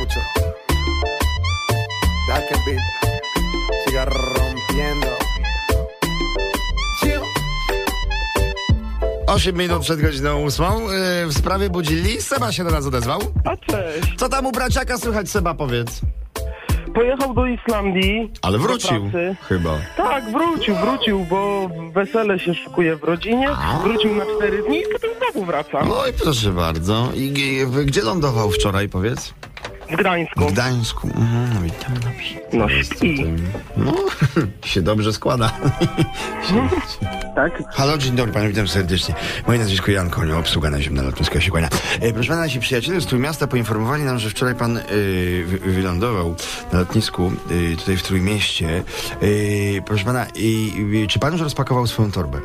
mucho. Da que el beat siga rompiendo. 8 minut przed godziną 8. W sprawie budzili Seba się do nas odezwał. A cześć. Co tam u braciaka słychać, Seba, powiedz? Pojechał do Islandii. Ale do wrócił pracy. chyba. Tak, wrócił, bo wesele się szykuje w rodzinie. Wrócił na 4 dni i potem znowu wraca. Oj, proszę bardzo. I gdzie lądował wczoraj, powiedz? W Gdańsku. W Gdańsku. No i tam dobrze. No śpi. No, się dobrze składa. Tak? Halo, dzień dobry panu, witam serdecznie. Moje nazwisko Jan Konio, obsługa naziemna lotniska się kłania. Proszę pana, nasi przyjaciele z Trójmiasta poinformowali nam, że wczoraj pan wylądował na lotnisku tutaj w Trójmieście. Proszę pana, czy pan już rozpakował swoją torbę?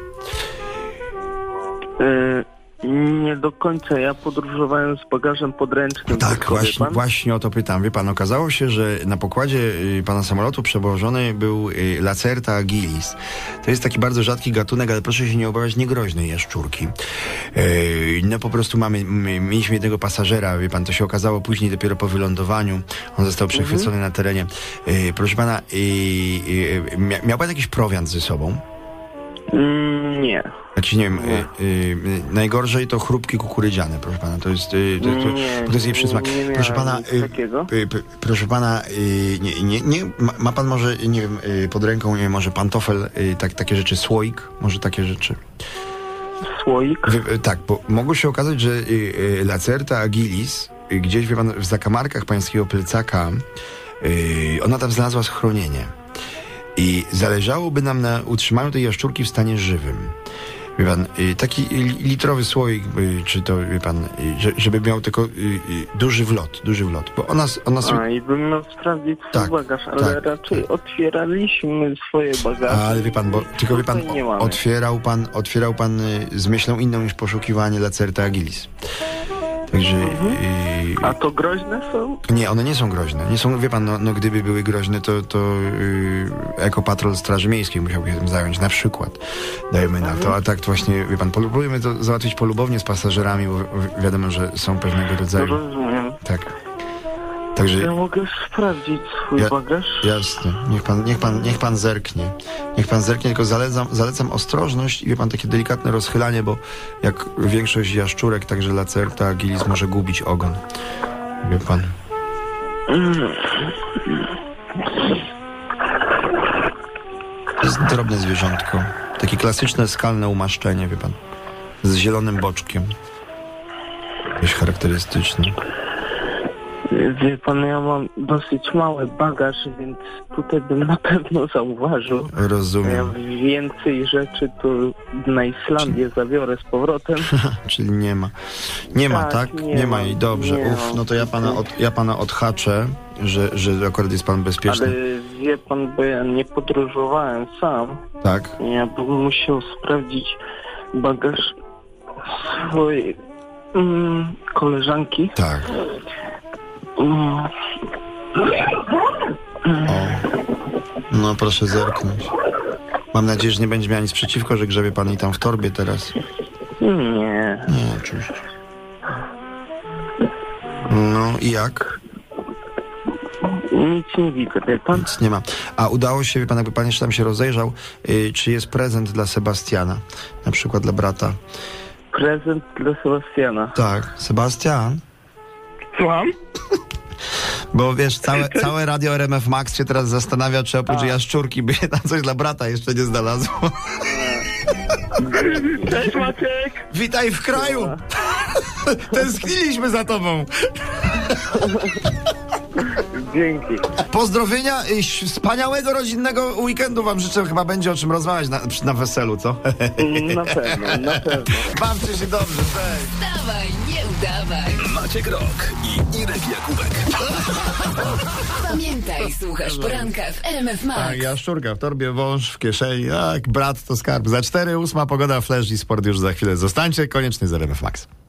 Nie do końca. Ja podróżowałem z bagażem podręcznym. Tak, właśnie o to pytam. Wie pan, okazało się, że na pokładzie pana samolotu przewożony był Lacerta agilis. To jest taki bardzo rzadki gatunek, ale proszę się nie obawiać, niegroźnej jaszczurki. No po prostu mieliśmy jednego pasażera, wie pan, to się okazało później dopiero po wylądowaniu. On został przechwycony na terenie. Proszę pana, miał pan jakiś prowiant ze sobą? Nie. Znaczy, nie wiem, najgorzej to chrupki kukurydziane, proszę pana, to jest jej przysmak. Proszę pana, proszę pana, ma pan może, nie wiem, pod ręką, nie wiem, może pantofel, takie rzeczy, słoik, może takie rzeczy. Słoik? Tak, bo mogło się okazać, że Lacerta agilis, gdzieś, wie pan, w zakamarkach pańskiego plecaka, ona tam znalazła schronienie. I zależałoby nam na utrzymaniu tej jaszczurki w stanie żywym. Wie pan, taki litrowy słoik, czy to, wie pan, żeby miał tylko duży wlot, bo ona sobie... I bym miał sprawdzić swój bagaż, ale raczej otwieraliśmy swoje bagaże. Ale wie pan, tylko wie pan, otwierał pan z myślą inną niż poszukiwanie Lacerta agilis. Także... A to groźne są? Nie, one nie są groźne. Nie są, wie pan, no gdyby były groźne, to ekopatrol Straży Miejskiej musiałby się tym zająć, na przykład. Dajemy na to, a tak to właśnie, wie pan, próbujemy to załatwić polubownie z pasażerami, bo wiadomo, że są pewnego rodzaju... Rozumiem. Tak. Także... Ja mogę sprawdzić swój bagaż? Jasne. Niech pan zerknie. Tylko zalecam ostrożność i wie pan, takie delikatne rozchylanie, bo jak większość jaszczurek, także Lacerta agilis może gubić ogon. Wie pan. To jest drobne zwierzątko. Takie klasyczne skalne umaszczenie, wie pan. Z zielonym boczkiem. Dość charakterystyczne. Wie pan, ja mam dosyć mały bagaż, więc tutaj bym na pewno zauważył. Rozumiem. Ja więcej rzeczy tu na Islandię zabiorę z powrotem. Czyli nie ma. Nie ma, tak? Nie ma jej. Dobrze. No to ja pana odhaczę, że akurat jest pan bezpieczny. Ale wie pan, bo ja nie podróżowałem sam. Tak. Ja bym musiał sprawdzić bagaż swojej koleżanki. Tak. No proszę zerknąć. Mam nadzieję, że nie będzie miała nic przeciwko, że grzebie pan jej tam w torbie teraz. Nie, oczywiście. No i jak? Nic nie widzę, wie pan? Nic nie ma. A udało się, wie pan, jakby pan jeszcze tam się rozejrzał, czy jest prezent dla Sebastiana? Na przykład dla brata. Prezent dla Sebastiana? Tak. Sebastian? Słucham? Bo wiesz, całe radio RMF Max się teraz zastanawia, czy oprócz jaszczurki by się tam coś dla brata jeszcze nie znalazło. Cześć, Maciek! Witaj w kraju! Tęskniliśmy za tobą! Dzięki. Pozdrowienia i wspaniałego rodzinnego weekendu wam życzę. Chyba będzie o czym rozmawiać na weselu, co? Na pewno. Bawcie się dobrze, cześć! Wstawaj, nie udawaj. Maciek Rok i Irek Jakubek. Pamiętaj, słuchasz poranka w RMF Max. Tak, jaszczurka w torbie, wąż w kieszeni, jak brat to skarb. Za 4:08 pogoda, flash i sport już za chwilę. Zostańcie koniecznie z RMF Max.